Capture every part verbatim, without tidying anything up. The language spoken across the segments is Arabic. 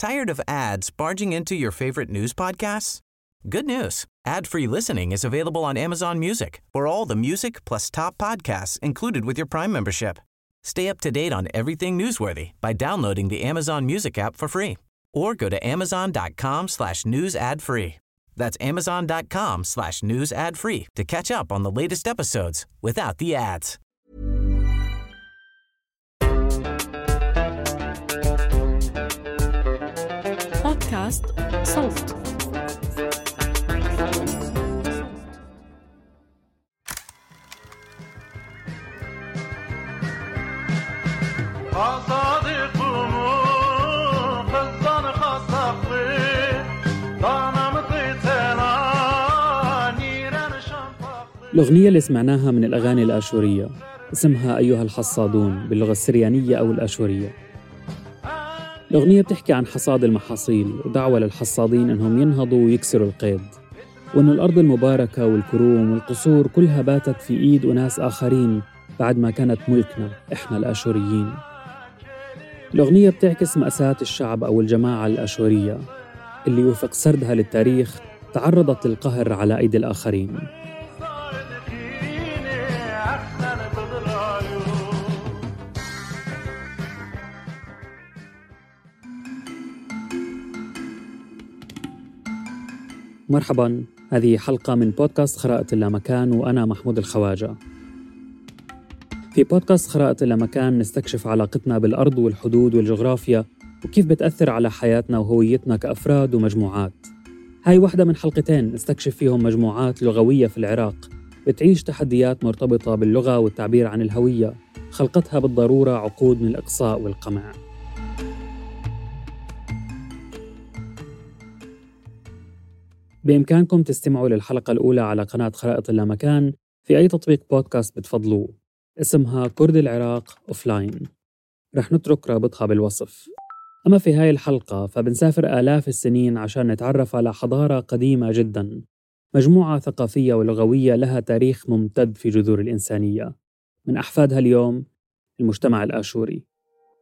Tired of ads barging into your favorite news podcasts? Good news. Ad-free listening is available on Amazon Music for all the music plus top podcasts included with your Prime membership. Stay up to date on everything newsworthy by downloading the Amazon Music app for free or go to amazon.com slash news ad free. That's amazon.com slash news ad free to catch up on the latest episodes without the ads. بودكاست صوت. الأغنية اللي سمعناها من الأغاني الآشورية اسمها أيها الحصادون باللغة السريانية أو الآشورية. الأغنية بتحكي عن حصاد المحاصيل ودعوة للحصادين إنهم ينهضوا ويكسروا القيد، وإن الأرض المباركة والكروم والقصور كلها باتت في إيد أناس آخرين بعد ما كانت ملكنا إحنا الآشوريين. الأغنية بتعكس مأساة الشعب أو الجماعة الآشورية اللي وفق سردها للتاريخ تعرضت للقهر على أيدي الآخرين. مرحباً، هذه حلقة من بودكاست خرائط اللامكان وأنا محمود الخواجة. في بودكاست خرائط اللامكان نستكشف علاقتنا بالأرض والحدود والجغرافيا وكيف بتأثر على حياتنا وهويتنا كأفراد ومجموعات. هاي واحدة من حلقتين نستكشف فيهم مجموعات لغوية في العراق بتعيش تحديات مرتبطة باللغة والتعبير عن الهوية خلقتها بالضرورة عقود من الإقصاء والقمع. بإمكانكم تستمعوا للحلقة الأولى على قناة خرائط اللامكان في أي تطبيق بودكاست بتفضلوه، اسمها كرد العراق أوفلاين. رح نترك رابطها بالوصف. أما في هاي الحلقة فبنسافر آلاف السنين عشان نتعرف على حضارة قديمة جداً، مجموعة ثقافية ولغوية لها تاريخ ممتد في جذور الإنسانية، من أحفادها اليوم المجتمع الآشوري.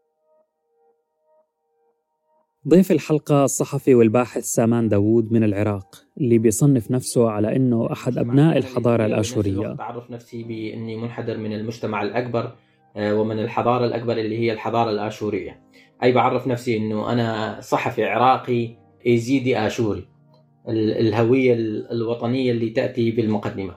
ضيف الحلقة الصحفي والباحث سامان داوود من العراق، اللي بيصنف نفسه على أنه أحد أبناء الحضارة الآشورية. أعرف نفسي بأني منحدر من المجتمع الأكبر ومن الحضارة الأكبر اللي هي الحضارة الآشورية، أي بعرف نفسي أنه أنا صحفي عراقي إيزيدي آشوري، الهوية الوطنية اللي تأتي بالمقدمة.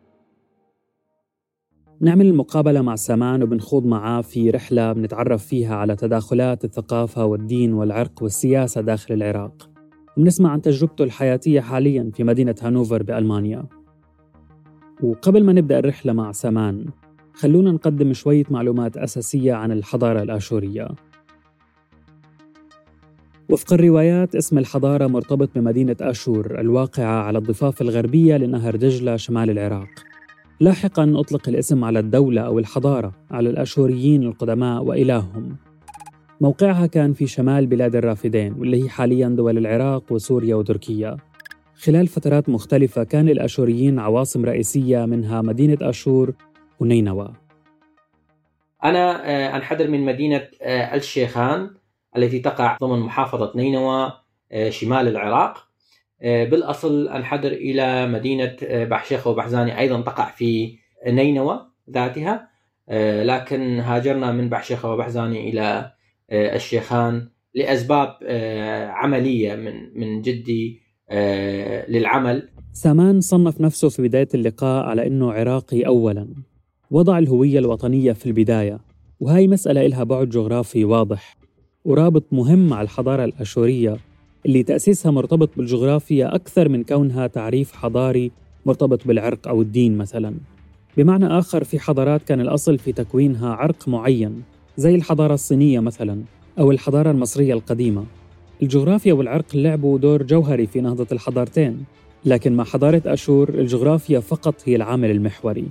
نعمل المقابلة مع سامان وبنخوض معاه في رحلة بنتعرف فيها على تداخلات الثقافة والدين والعرق والسياسة داخل العراق، وبنسمع عن تجربته الحياتية حالياً في مدينة هانوفر بألمانيا. وقبل ما نبدأ الرحلة مع سامان خلونا نقدم شوية معلومات أساسية عن الحضارة الآشورية. وفق الروايات اسم الحضارة مرتبط بمدينة آشور الواقعة على الضفاف الغربية لنهر دجلة شمال العراق. لاحقاً أطلق الاسم على الدولة أو الحضارة على الآشوريين القدماء وإلههم. موقعها كان في شمال بلاد الرافدين واللي هي حالياً دول العراق وسوريا وتركيا. خلال فترات مختلفة كان للآشوريين عواصم رئيسية منها مدينة آشور ونينوى. أنا أنحدر من مدينة الشيخان التي تقع ضمن محافظة نينوى شمال العراق. بالأصل أنحدر إلى مدينة بحشيخة وبحزاني أيضا تقع في نينوى ذاتها، لكن هاجرنا من بحشيخة وبحزاني إلى الشيخان لأسباب عملية من من جدي للعمل. سامان صنف نفسه في بداية اللقاء على أنه عراقي أولاً، وضع الهوية الوطنية في البداية، وهي مسألة إلها بعد جغرافي واضح ورابط مهم مع الحضارة الآشورية اللي تأسيسها مرتبط بالجغرافيا أكثر من كونها تعريف حضاري مرتبط بالعرق أو الدين مثلاً. بمعنى آخر، في حضارات كان الأصل في تكوينها عرق معين زي الحضارة الصينية مثلاً أو الحضارة المصرية القديمة. الجغرافيا والعرق لعبوا دور جوهري في نهضة الحضارتين، لكن مع حضارة آشور الجغرافيا فقط هي العامل المحوري.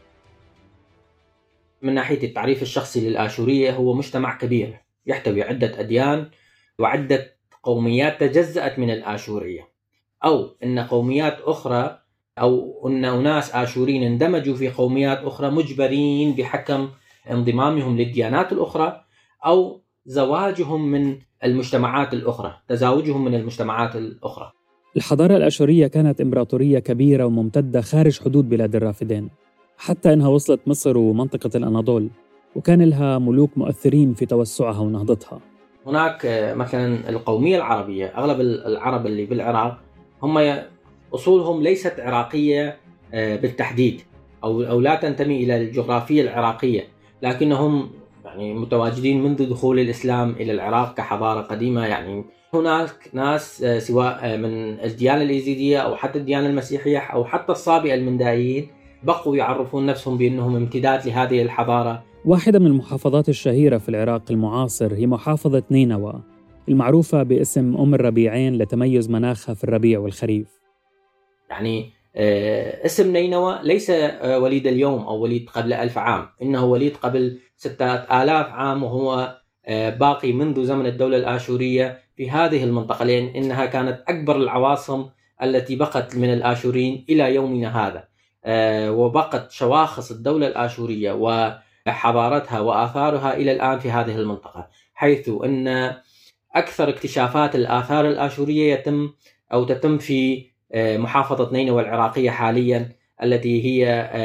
من ناحية التعريف الشخصي للآشورية، هو مجتمع كبير يحتوي عدة أديان وعدة قوميات تجزأت من الآشورية، أو أن قوميات أخرى أو أن أناس آشوريين اندمجوا في قوميات أخرى مجبرين بحكم انضمامهم للديانات الأخرى، أو زواجهم من المجتمعات الأخرى، تزاوجهم من المجتمعات الأخرى. الحضارة الأشورية كانت إمبراطورية كبيرة وممتدة خارج حدود بلاد الرافدين، حتى إنها وصلت مصر ومنطقة الأناضول، وكان لها ملوك مؤثرين في توسعها ونهضتها. هناك مثلا القومية العربية، أغلب العرب اللي بالعراق هم أصولهم ليست عراقية بالتحديد، أو أو لا تنتمي إلى الجغرافية العراقية، لكنهم يعني متواجدين منذ دخول الإسلام إلى العراق كحضارة قديمة. يعني هناك ناس سواء من الديانة الإيزيدية أو حتى الديانة المسيحية أو حتى الصابئة المندائيين بقوا يعرفون نفسهم بأنهم امتداد لهذه الحضارة. واحدة من المحافظات الشهيرة في العراق المعاصر هي محافظة نينوى، المعروفة باسم أم الربيعين لتميز مناخها في الربيع والخريف. يعني اسم نينوى ليس وليد اليوم أو وليد قبل ألف عام، إنه وليد قبل ستة آلاف عام، وهو باقي منذ زمن الدولة الآشورية في هذه المنطقة، لأن إنها كانت أكبر العواصم التي بقت من الآشوريين إلى يومنا هذا. وبقت شواخص الدولة الآشورية وحضارتها وآثارها إلى الآن في هذه المنطقة، حيث أن أكثر اكتشافات الآثار الآشورية يتم أو تتم في محافظة نينوى العراقية حاليا، التي هي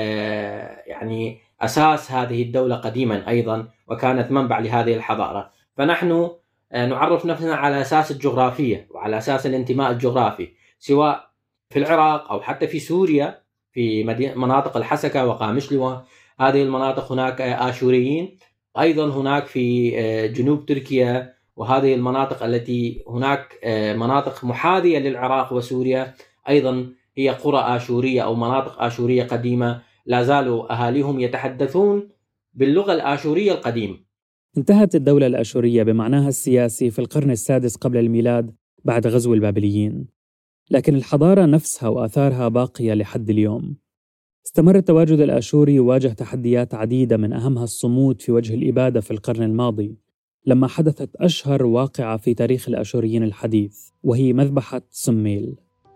يعني أساس هذه الدولة قديما أيضا، وكانت منبع لهذه الحضارة. فنحن نعرف نفسنا على أساس الجغرافية وعلى أساس الانتماء الجغرافي، سواء في العراق أو حتى في سوريا في مناطق الحسكة وقامشلوى، هذه المناطق هناك آشوريين، أيضا هناك في جنوب تركيا وهذه المناطق التي هناك مناطق محاذية للعراق وسوريا أيضا هي قرى آشورية أو مناطق آشورية قديمة لا زالوا أهاليهم يتحدثون باللغة الآشورية القديمة. انتهت الدولة الآشورية بمعناها السياسي في القرن السادس قبل الميلاد بعد غزو البابليين، لكن الحضارة نفسها وآثارها باقية لحد اليوم. استمر التواجد الآشوري وواجه تحديات عديدة، من أهمها الصمود في وجه الإبادة في القرن الماضي، لما حدثت أشهر واقعة في تاريخ الآشوريين الحديث، وهي مذبحة سميل.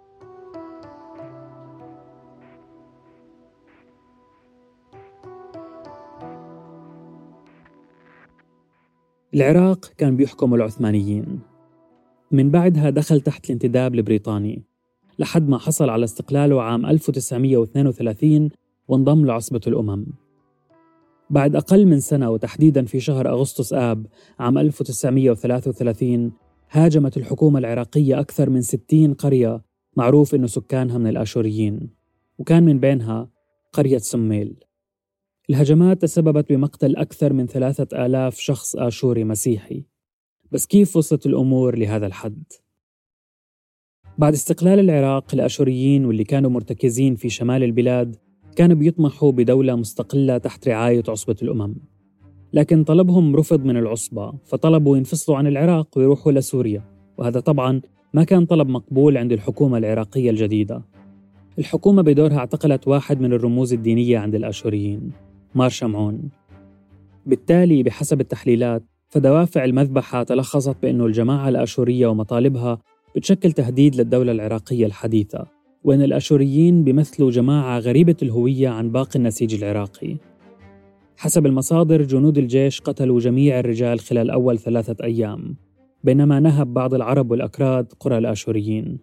العراق كان بيحكم العثمانيين، من بعدها دخل تحت الانتداب البريطاني لحد ما حصل على استقلاله عام ألف وتسعمئة واثنين وثلاثين وانضم لعصبة الأمم. بعد أقل من سنة، وتحديداً في شهر أغسطس آب عام ألف وتسعمئة وثلاثة وثلاثين، هاجمت الحكومة العراقية أكثر من ستين قرية معروف إنه سكانها من الآشوريين، وكان من بينها قرية سميل. الهجمات تسببت بمقتل أكثر من ثلاثة آلاف شخص آشوري مسيحي. بس كيف وصلت الأمور لهذا الحد؟ بعد استقلال العراق، الآشوريين واللي كانوا مرتكزين في شمال البلاد كانوا بيطمحوا بدولة مستقلة تحت رعاية عصبة الأمم، لكن طلبهم رفض من العصبة، فطلبوا ينفصلوا عن العراق ويروحوا لسوريا، وهذا طبعاً ما كان طلب مقبول عند الحكومة العراقية الجديدة. الحكومة بدورها اعتقلت واحد من الرموز الدينية عند الآشوريين، مار شمعون. بالتالي بحسب التحليلات فدوافع المذبحة تلخصت بأنه الجماعة الآشورية ومطالبها بتشكل تهديد للدولة العراقية الحديثة، وأن الآشوريين بيمثلوا جماعة غريبة الهوية عن باقي النسيج العراقي. حسب المصادر، جنود الجيش قتلوا جميع الرجال خلال أول ثلاثة أيام، بينما نهب بعض العرب والأكراد قرى الآشوريين.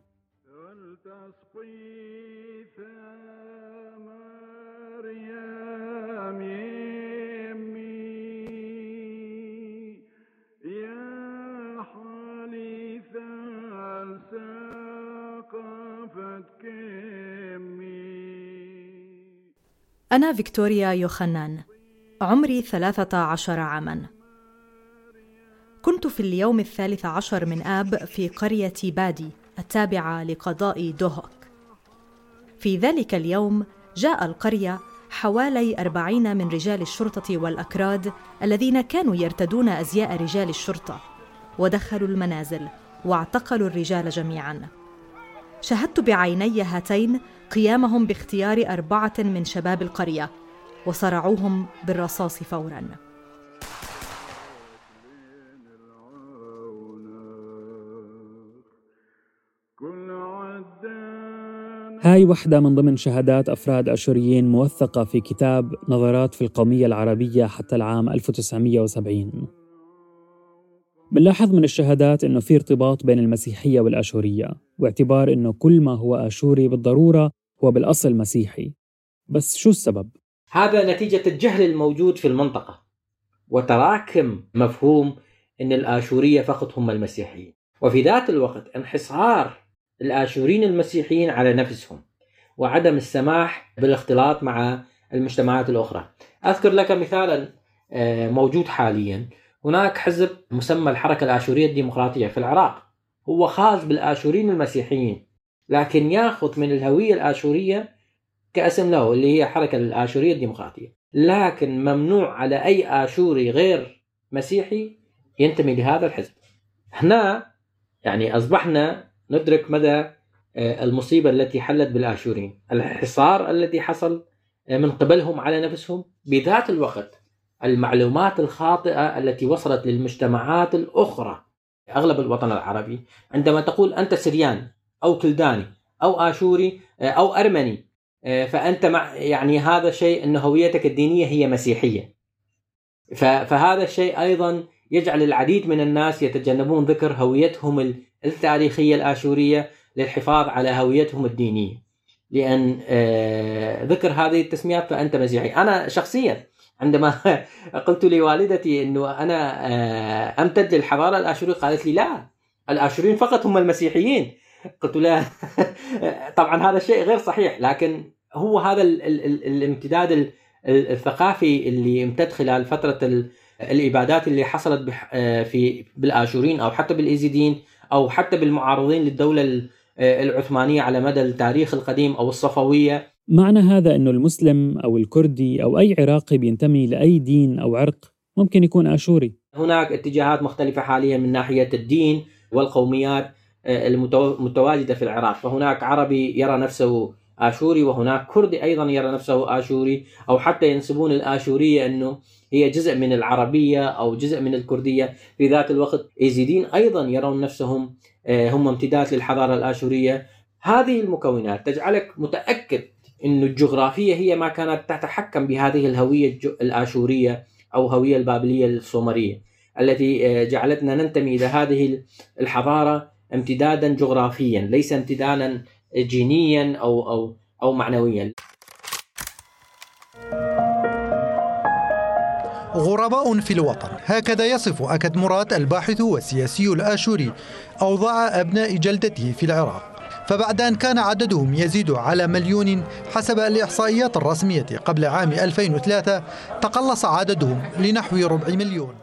أنا فيكتوريا يوخنان، عمري ثلاثة عشر عاماً. كنت في اليوم الثالث عشر من آب في قرية بادي التابعة لقضاء دوهوك. في ذلك اليوم جاء القرية حوالي أربعين من رجال الشرطة والأكراد الذين كانوا يرتدون أزياء رجال الشرطة، ودخلوا المنازل واعتقلوا الرجال جميعاً. شاهدت بعيني هاتين قيامهم باختيار أربعة من شباب القرية وصرعوهم بالرصاص فوراً. هاي واحدة من ضمن شهادات أفراد آشوريين موثقة في كتاب نظرات في القومية العربية حتى العام ألف وتسعمئة وسبعين. بنلاحظ من الشهادات إنه في ارتباط بين المسيحية والآشورية، واعتبار إنه كل ما هو آشوري بالضرورة هو بالأصل مسيحي. بس شو السبب؟ هذا نتيجة الجهل الموجود في المنطقة وتراكم مفهوم أن الآشورية فقط هم المسيحيين، وفي ذات الوقت انحصار الآشوريين المسيحيين على نفسهم وعدم السماح بالاختلاط مع المجتمعات الأخرى. أذكر لك مثالا موجود حاليا، هناك حزب مسمى الحركة الآشورية الديمقراطية في العراق، هو خاص بالآشوريين المسيحيين، لكن يأخذ من الهوية الآشورية كاسم له اللي هي حركة الآشورية الديمقراطية، لكن ممنوع على أي آشوري غير مسيحي ينتمي لهذا الحزب. هنا يعني أصبحنا ندرك مدى المصيبة التي حلت بالآشوريين، الحصار الذي حصل من قبلهم على نفسهم، بذات الوقت المعلومات الخاطئة التي وصلت للمجتمعات الأخرى أغلب الوطن العربي. عندما تقول أنت سريان أو كلداني أو آشوري أو أرمني فأنت مع يعني هذا الشيء أن هويتك الدينية هي مسيحية، فهذا الشيء أيضا يجعل العديد من الناس يتجنبون ذكر هويتهم التاريخية الآشورية للحفاظ على هويتهم الدينية، لأن ذكر هذه التسميات فأنت مسيحي. أنا شخصيا عندما قلت لوالدتي أنه أنا أمتد للحضارة الآشورية قالت لي لا، الآشوريين فقط هم المسيحيين. قلت لها طبعا هذا الشيء غير صحيح، لكن هو هذا ال ال ال الامتداد الثقافي اللي امتد خلال فترة الإبادات اللي حصلت في بالآشوريين أو حتى بالإيزيديين أو حتى بالمعارضين للدولة العثمانية على مدى التاريخ القديم أو الصفوية. معنى هذا أنه المسلم أو الكردي أو أي عراقي بينتمي لأي دين أو عرق ممكن يكون آشوري. هناك اتجاهات مختلفة حاليا من ناحية الدين والقوميات المتواجدة في العراق، فهناك عربي يرى نفسه آشوري وهناك كردي أيضا يرى نفسه آشوري، أو حتى ينسبون الآشورية أنه هي جزء من العربية أو جزء من الكردية. في ذات الوقت إيزيديين أيضا يرون نفسهم هم امتداد للحضارة الآشورية. هذه المكونات تجعلك متأكد أن الجغرافية هي ما كانت تتحكم بهذه الهوية الآشورية أو هوية البابلية السومرية التي جعلتنا ننتمي إلى هذه الحضارة امتدادا جغرافيا ليس امتدادا جينيا أو, أو, أو معنويا. غرباء في الوطن، هكذا يصف أكد مراد الباحث والسياسي الآشوري أوضاع أبناء جلدته في العراق، فبعد أن كان عددهم يزيد على مليون حسب الإحصائيات الرسمية قبل عام ألفين وثلاثة، تقلص عددهم لنحو ربع مليون.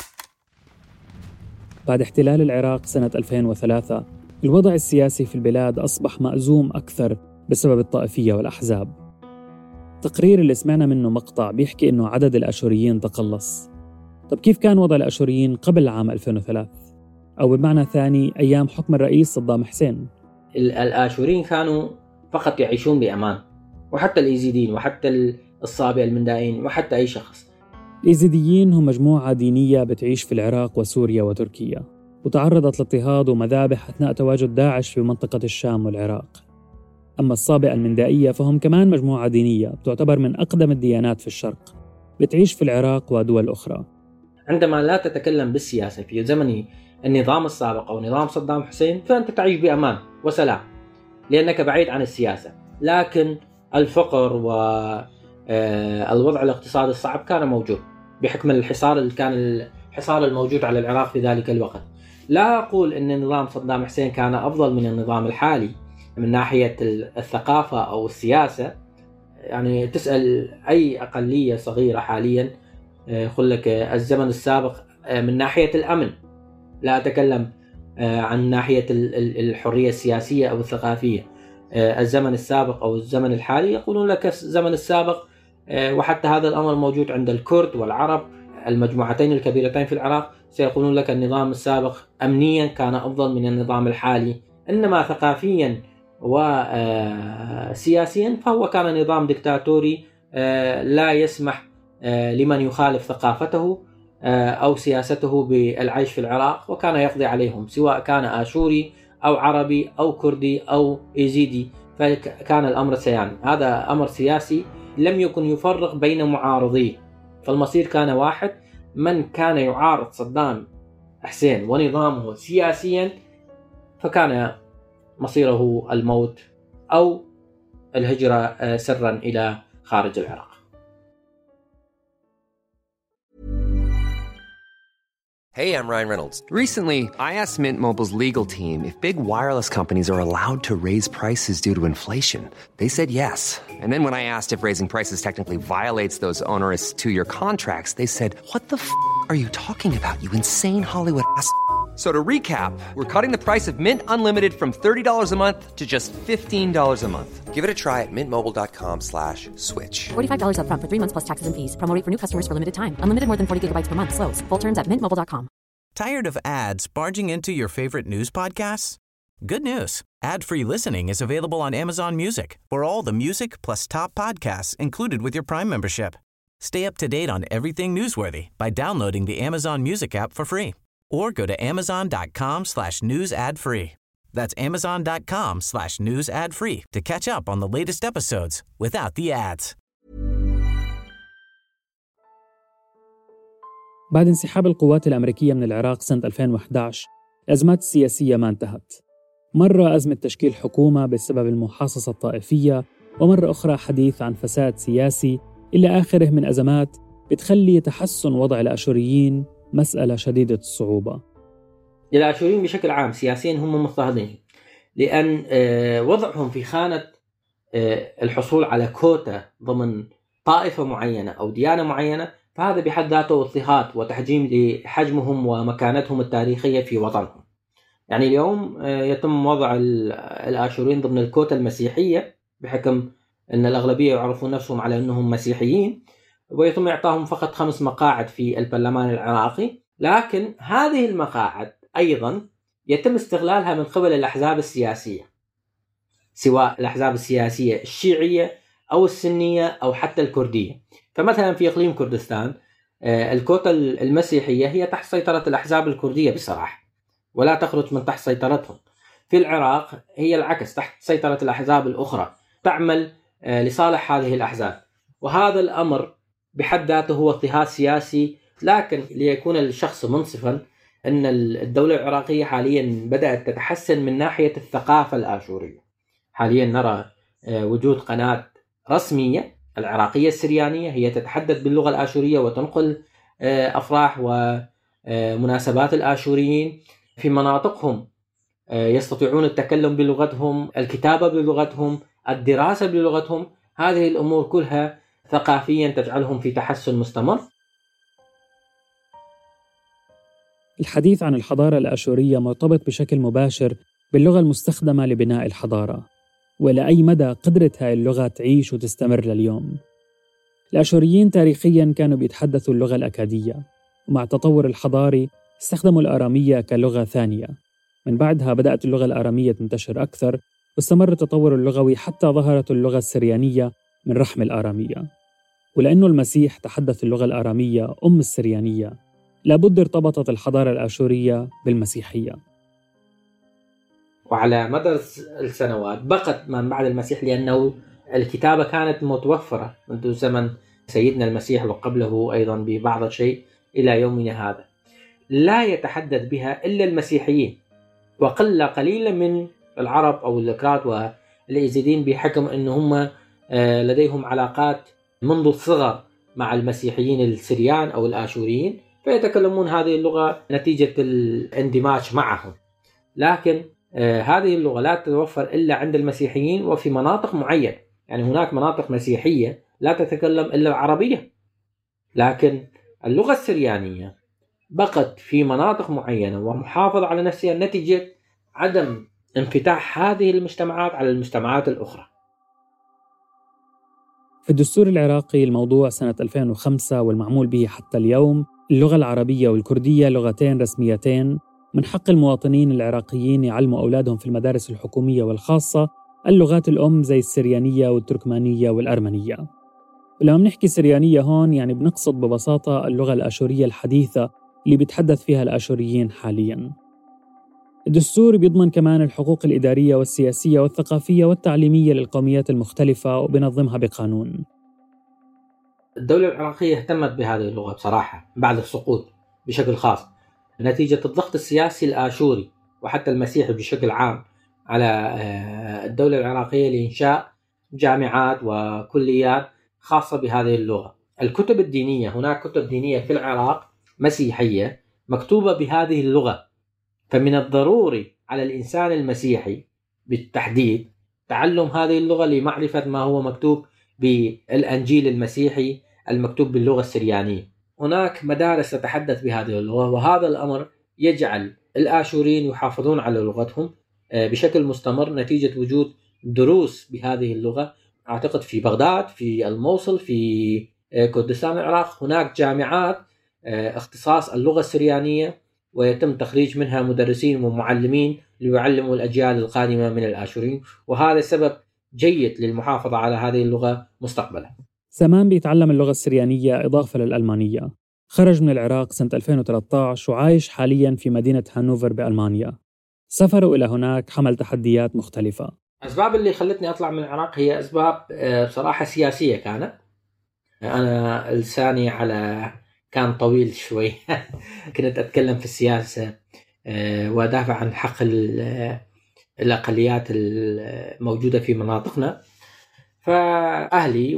بعد احتلال العراق سنة ألفين وثلاثة، الوضع السياسي في البلاد أصبح مأزوم أكثر بسبب الطائفية والأحزاب. تقرير اللي سمعنا منه مقطع بيحكي إنه عدد الآشوريين تقلص. طب كيف كان وضع الآشوريين قبل عام ألفين وثلاثة؟ أو بمعنى ثاني أيام حكم الرئيس صدام حسين؟ الآشوريين كانوا فقط يعيشون بأمان، وحتى الإيزيديين وحتى الصابئة المندائين وحتى أي شخص. الإيزيديين هم مجموعة دينية بتعيش في العراق وسوريا وتركيا، وتعرضت لاضطهاد ومذابح أثناء تواجد داعش في منطقة الشام والعراق. أما الصابئة المندائية فهم كمان مجموعة دينية بتعتبر من أقدم الديانات في الشرق، بتعيش في العراق ودول أخرى. عندما لا تتكلم بالسياسة في زمن النظام السابق أو نظام صدام حسين فأنت تعيش بأمان وسلام لأنك بعيد عن السياسة، لكن الفقر والوضع الاقتصادي الصعب كان موجود بحكم الحصار اللي كان الحصار الموجود على العراق في ذلك الوقت. لا أقول أن نظام صدام حسين كان أفضل من النظام الحالي من ناحية الثقافة أو السياسة، يعني تسأل أي أقلية صغيرة حاليا يقول لك الزمن السابق من ناحية الأمن، لا أتكلم عن ناحية الحرية السياسية أو الثقافية. الزمن السابق أو الزمن الحالي يقولون لك الزمن السابق، وحتى هذا الأمر موجود عند الكرد والعرب المجموعتين الكبيرتين في العراق، سيقولون لك النظام السابق أمنيا كان أفضل من النظام الحالي، إنما ثقافيا وسياسيا فهو كان نظام ديكتاتوري لا يسمح لمن يخالف ثقافته أو سياسته بالعيش في العراق، وكان يقضي عليهم سواء كان آشوري أو عربي أو كردي أو إيزيدي، فكان الأمر سيان. هذا أمر سياسي لم يكن يفرق بين معارضيه، فالمصير كان واحد. من كان يعارض صدام حسين ونظامه سياسيا فكان مصيره الموت أو الهجرة سرا إلى خارج العراق. Hey, I'm Ryan Reynolds. Recently, I asked Mint Mobile's legal team if big wireless companies are allowed to raise prices due to inflation. They said yes. And then when I asked if raising prices technically violates those onerous two-year contracts, they said, what the f*** are you talking about, you insane Hollywood ass f- So to recap, we're cutting the price of Mint Unlimited from thirty dollars a month to just fifteen dollars a month. Give it a try at mintmobile.com slash switch. forty-five dollars up front for three months plus taxes and fees. Promo rate for new customers for limited time. Unlimited more than forty gigabytes per month. Slows full terms at mint mobile dot com. Tired of ads barging into your favorite news podcasts? Good news. Ad-free listening is available on Amazon Music for all the music plus top podcasts included with your Prime membership. Stay up to date on everything newsworthy by downloading the Amazon Music app for free or go to amazon.com slash news ad free. That's amazon.com slash news ad free to catch up on the latest episodes without the ads. بعد انسحاب القوات الأمريكية من العراق سنة ألفين وإحدى عشر، الأزمات السياسية ما انتهت. مرة أزمة تشكيل حكومة بسبب المحاصصة الطائفية، ومرة أخرى حديث عن فساد سياسي، إلى آخره من أزمات بتخلي تحسن وضع الآشوريين مسألة شديدة الصعوبة. الآشوريين بشكل عام سياسيا هم مضطهدين، لأن وضعهم في خانة الحصول على كوتا ضمن طائفة معينة أو ديانة معينة، فهذا بحد ذاته اضطهاد وتحجيم لحجمهم ومكانتهم التاريخية في وطنهم. يعني اليوم يتم وضع الآشوريين ضمن الكوتا المسيحية بحكم أن الأغلبية يعرفون نفسهم على أنهم مسيحيين، ويتم إعطاهم فقط خمس مقاعد في البرلمان العراقي. لكن هذه المقاعد أيضا يتم استغلالها من قبل الأحزاب السياسية، سواء الأحزاب السياسية الشيعية أو السنية أو حتى الكردية. فمثلا في إقليم كردستان الكوتا المسيحية هي تحت سيطرة الأحزاب الكردية بصراحة، ولا تخرج من تحت سيطرتهم. في العراق هي العكس، تحت سيطرة الأحزاب الأخرى، تعمل لصالح هذه الأحزاب، وهذا الأمر بحد ذاته هو اضطهاد سياسي. لكن ليكون الشخص منصفا أن الدولة العراقية حاليا بدأت تتحسن من ناحية الثقافة الآشورية. حاليا نرى وجود قناة رسمية العراقية السريانية هي تتحدث باللغة الآشورية وتنقل أفراح ومناسبات الآشوريين في مناطقهم، يستطيعون التكلم بلغتهم، الكتابة بلغتهم، الدراسة بلغتهم. هذه الأمور كلها ثقافيا تجعلهم في تحسن مستمر. الحديث عن الحضارة الآشورية مرتبط بشكل مباشر باللغة المستخدمة لبناء الحضارة، وإلى أي مدى قدرت هاي اللغة تعيش وتستمر لليوم. الآشوريين تاريخياً كانوا بيتحدثوا اللغة الأكادية، ومع التطور الحضاري استخدموا الآرامية كلغة ثانية. من بعدها بدأت اللغة الآرامية تنتشر أكثر، واستمر التطور اللغوي حتى ظهرت اللغة السريانية من رحم الآرامية. ولأنه المسيح تحدث اللغة الآرامية أم السريانية، لابد ارتبطت الحضارة الآشورية بالمسيحية. وعلى مدى السنوات بقت من بعد المسيح، لأنه الكتابة كانت متوفرة منذ زمن سيدنا المسيح وقبله أيضا ببعض الشيء إلى يومنا هذا. لا يتحدث بها إلا المسيحيين، وقل قليلا من العرب أو الأكراد والإيزيديين، بحكم أنهم لديهم علاقات منذ الصغر مع المسيحيين السريان أو الآشوريين، فيتكلمون هذه اللغة نتيجة الاندماج معهم. لكن آه هذه اللغة لا تتوفر إلا عند المسيحيين وفي مناطق معينة. يعني هناك مناطق مسيحية لا تتكلم إلا العربية، لكن اللغة السريانية بقت في مناطق معينة ومحافظة على نفسها نتيجة عدم انفتاح هذه المجتمعات على المجتمعات الأخرى. في الدستور العراقي الموضوع سنة ألفين وخمسة والمعمول به حتى اليوم، اللغة العربية والكردية لغتين رسميتين. من حق المواطنين العراقيين يعلموا أولادهم في المدارس الحكومية والخاصة اللغات الأم زي السريانية والتركمانية والأرمنية. ولما بنحكي سريانية هون يعني بنقصد ببساطة اللغة الآشورية الحديثة اللي بيتحدث فيها الآشوريين حالياً. الدستور بيضمن كمان الحقوق الإدارية والسياسية والثقافية والتعليمية للقوميات المختلفة وبنظمها بقانون. الدولة العراقية اهتمت بهذه اللغة بصراحة بعد السقوط بشكل خاص، نتيجة الضغط السياسي الآشوري وحتى المسيحي بشكل عام على الدولة العراقية لإنشاء جامعات وكليات خاصة بهذه اللغة. الكتب الدينية، هناك كتب دينية في العراق مسيحية مكتوبة بهذه اللغة، فمن الضروري على الإنسان المسيحي بالتحديد تعلم هذه اللغة لمعرفة ما هو مكتوب بالأنجيل المسيحي المكتوب باللغة السريانية. هناك مدارس تتحدث بهذه اللغة، وهذا الأمر يجعل الآشوريين يحافظون على لغتهم بشكل مستمر نتيجة وجود دروس بهذه اللغة. أعتقد في بغداد، في الموصل، في كردستان العراق هناك جامعات اختصاص اللغة السريانية، ويتم تخريج منها مدرسين ومعلمين ليعلموا الأجيال القادمة من الآشوريين، وهذا سبب جيد للمحافظة على هذه اللغة مستقبلا. سامان بيتعلم اللغة السريانية إضافة للألمانية. خرج من العراق سنة ألفين وثلاثة عشر وعايش حالياً في مدينة هانوفر بألمانيا. سفره إلى هناك حمل تحديات مختلفة. أسباب اللي خلتني أطلع من العراق هي أسباب بصراحة سياسية كانت. أنا لساني على كان طويل شوي كنت أتكلم في السياسة وأدافع عن حق الأقليات الموجودة في مناطقنا، فأهلي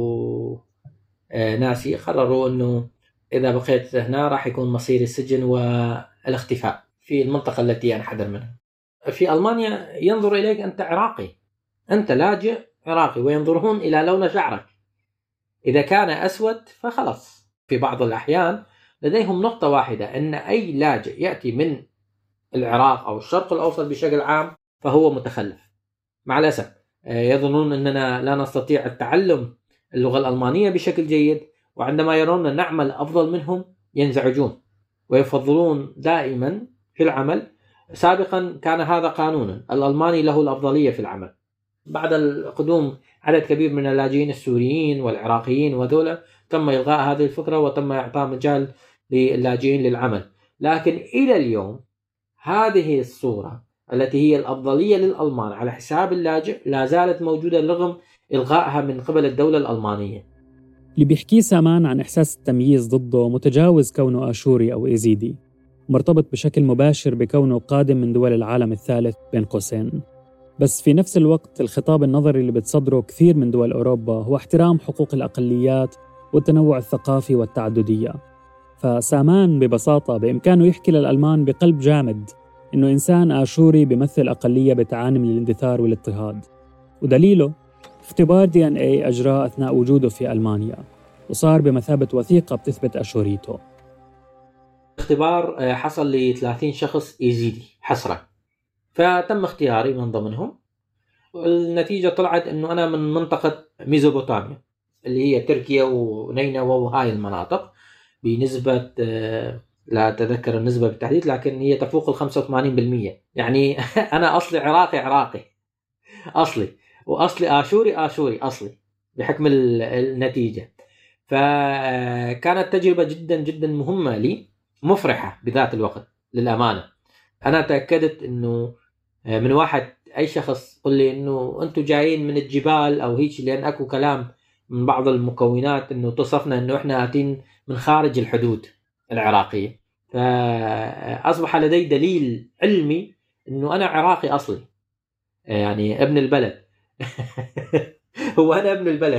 وناسي قرروا أنه إذا بقيت هنا راح يكون مصير السجن والاختفاء في المنطقة التي أنحدر منها. في ألمانيا ينظر إليك أنت عراقي، أنت لاجئ عراقي، وينظرون إلى لون شعرك. إذا كان أسود فخلص. في بعض الأحيان لديهم نقطة واحدة، أن أي لاجئ يأتي من العراق أو الشرق الأوسط بشكل عام فهو متخلف. مع الأسف يظنون أننا لا نستطيع التعلم اللغة الألمانية بشكل جيد، وعندما يرون نعمل أفضل منهم ينزعجون ويفضلون دائما في العمل. سابقا كان هذا قانونا، الألماني له الأفضلية في العمل. بعد القدوم عدد كبير من اللاجئين السوريين والعراقيين وذولا تم إلغاء هذه الفكرة وتم إعطاء مجال للاجئين للعمل. لكن إلى اليوم هذه الصورة التي هي الأفضلية للألمان على حساب اللاجئ لا زالت موجودة رغم إلغائها من قبل الدولة الألمانية. اللي بيحكيه سامان عن إحساس التمييز ضده متجاوز كونه آشوري أو إيزيدي، مرتبط بشكل مباشر بكونه قادم من دول العالم الثالث بين قوسين. بس في نفس الوقت الخطاب النظري اللي بتصدره كثير من دول أوروبا هو احترام حقوق الأقليات والتنوع الثقافي والتعددية. فسامان ببساطة بإمكانه يحكي للألمان بقلب جامد إنه إنسان آشوري بيمثل أقلية بتعاني من الاندثار والاضطهاد. ودليله اختبار دي إن إيه أجراه أثناء وجوده في ألمانيا، وصار بمثابة وثيقة بتثبت أشوريته. اختبار حصل ل ثلاثين شخص إيزيدي حصرا، فتم اختياري من ضمنهم. النتيجة طلعت إنه أنا من منطقة ميزوبوتاميا اللي هي تركيا ونينوى وهاي المناطق، بنسبة لا أتذكر النسبة بالتحديد لكن هي تفوق ال خمسة وثمانين بالمئة. يعني أنا أصلي عراقي عراقي أصلي، وأصلي آشوري آشوري أصلي بحكم النتيجة. فكانت تجربة جدا جدا مهمة لي، مفرحة بذات الوقت للأمانة. أنا تأكدت إنه من واحد أي شخص قل لي إنه أنتوا جايين من الجبال أو هيك، لأن أكو كلام من بعض المكونات إنه تصفنا إنه إحنا آتين من خارج الحدود العراقية، فأصبح لدي دليل علمي إنه أنا عراقي أصلي، يعني ابن البلد. هو أنا ابن البلد.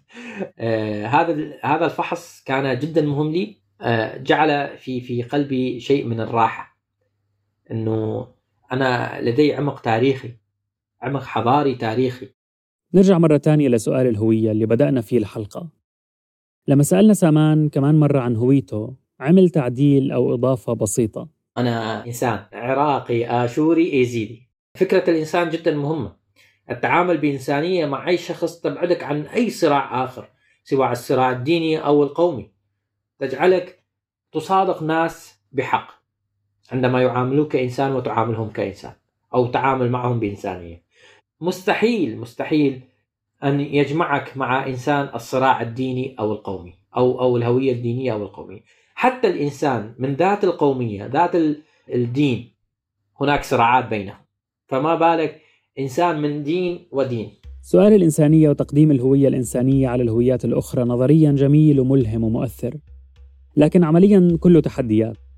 هذا هذا الفحص كان جدا مهم لي، جعل في في قلبي شيء من الراحة، إنه أنا لدي عمق تاريخي، عمق حضاري تاريخي. نرجع مرة تانية لسؤال الهوية اللي بدأنا فيه الحلقة. لما سألنا سامان كمان مرة عن هويته عمل تعديل أو إضافة بسيطة. أنا إنسان عراقي آشوري إيزيدي. فكرة الإنسان جدا مهمة. التعامل بإنسانية مع أي شخص تبعدك عن أي صراع آخر سواء الصراع الديني أو القومي، تجعلك تصادق ناس بحق عندما يعاملوك كإنسان وتعاملهم كإنسان، أو تعامل معهم بإنسانية. مستحيل مستحيل أن يجمعك مع إنسان الصراع الديني أو القومي أو أو الهوية الدينية أو القومية. حتى الإنسان من ذات القومية ذات الدين هناك صراعات بينهم، فما بالك إنسان من دين ودين. سؤال الإنسانية وتقديم الهوية الإنسانية على الهويات الأخرى نظرياً جميل وملهم ومؤثر، لكن عملياً كله تحديات.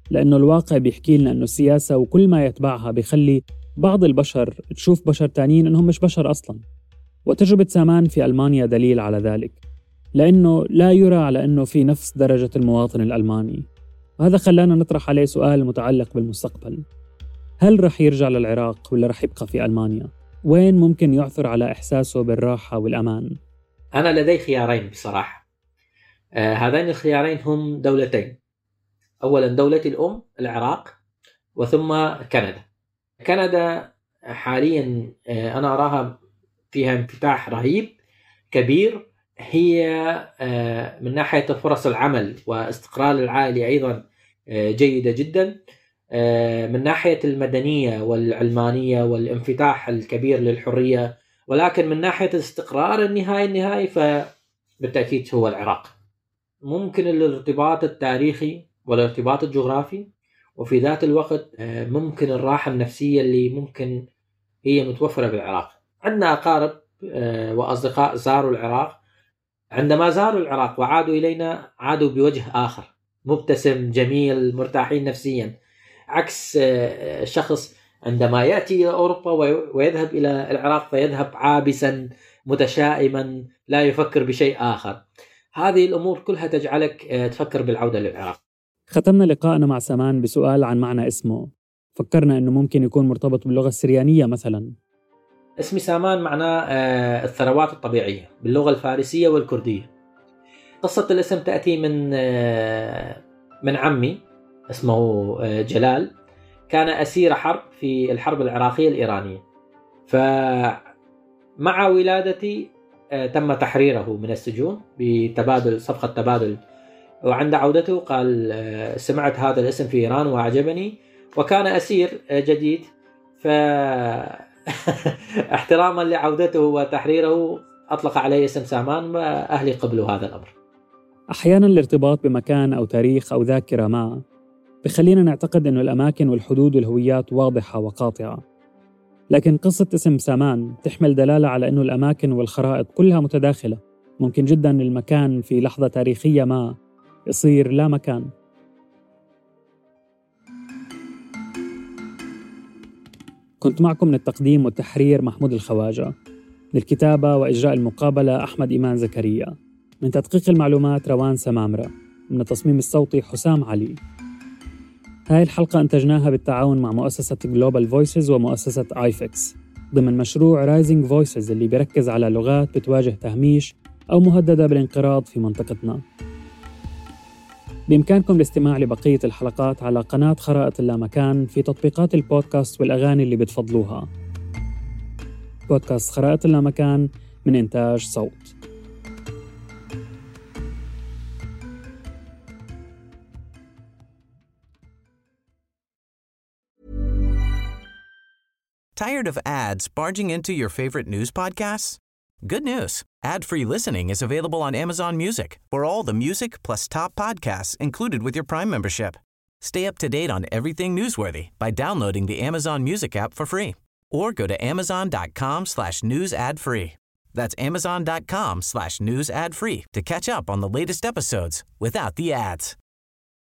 لأنه الواقع بيحكي لنا أنه السياسة وكل ما يتبعها بيخلي بعض البشر تشوف بشر تانيين أنهم مش بشر أصلاً. وتجربة سامان في ألمانيا دليل على ذلك، لأنه لا يرى على أنه في نفس درجة المواطن الألماني. وهذا خلانا نطرح عليه سؤال متعلق بالمستقبل: هل رح يرجع للعراق ولا رح يبقى في ألمانيا؟ وين ممكن يعثر على إحساسه بالراحة والأمان؟ أنا لدي خيارين بصراحة. آه هذين الخيارين هم دولتين. أولا دولتي الأم العراق، وثم كندا. كندا حاليا آه أنا أراها فيها انفتاح رهيب كبير. هي آه من ناحية فرص العمل واستقرار العائلي أيضا آه جيدة جدا. من ناحية المدنية والعلمانية والانفتاح الكبير للحرية، ولكن من ناحية الاستقرار النهائي النهائي فبالتأكيد هو العراق. ممكن الارتباط التاريخي والارتباط الجغرافي، وفي ذات الوقت ممكن الراحة النفسية اللي ممكن هي متوفرة بالعراق. عندنا أقارب وأصدقاء زاروا العراق، عندما زاروا العراق وعادوا إلينا عادوا بوجه آخر، مبتسم جميل مرتاحين نفسيا، عكس شخص عندما يأتي إلى أوروبا ويذهب إلى العراق فيذهب عابسا متشائما لا يفكر بشيء آخر. هذه الأمور كلها تجعلك تفكر بالعودة للعراق. ختمنا لقاءنا مع سامان بسؤال عن معنى اسمه. فكرنا أنه ممكن يكون مرتبط باللغة السريانية مثلا. اسمي سامان معناه الثروات الطبيعية باللغة الفارسية والكردية. قصة الاسم تأتي من من عمي اسمه جلال، كان أسير حرب في الحرب العراقية الإيرانية، فمع ولادتي تم تحريره من السجون بتبادل صفقة تبادل، وعند عودته قال سمعت هذا الاسم في إيران وأعجبني، وكان أسير جديد، فاحتراما لعودته وتحريره أطلق عليه اسم سامان، وأهلي قبلوا هذا الأمر. أحيانا الارتباط بمكان أو تاريخ أو ذاكرة ما بخلينا نعتقد أنه الأماكن والحدود والهويات واضحة وقاطعة، لكن قصة اسم سامان تحمل دلالة على أنه الأماكن والخرائط كلها متداخلة. ممكن جداً المكان في لحظة تاريخية ما يصير لا مكان. كنت معكم من التقديم والتحرير محمود الخواجة، للكتابة وإجراء المقابلة أحمد إيمان زكريا، من تدقيق المعلومات روان سمامرة، من التصميم الصوتي حسام علي. هاي الحلقة انتجناها بالتعاون مع مؤسسة Global Voices ومؤسسة آيفكس ضمن مشروع Rising Voices اللي بيركز على لغات بتواجه تهميش أو مهددة بالانقراض في منطقتنا. بإمكانكم الاستماع لبقية الحلقات على قناة خرائط اللامكان في تطبيقات البودكاست والأغاني اللي بتفضلوها. بودكاست خرائط اللامكان من إنتاج صوت. Tired of ads barging into your favorite news podcasts? Good news. Ad-free listening is available on Amazon Music for all the music plus top podcasts included with your Prime membership. Stay up to date on everything newsworthy by downloading the Amazon Music app for free or go to amazon.com slash news ad free. That's amazon.com slash news ad free to catch up on the latest episodes without the ads.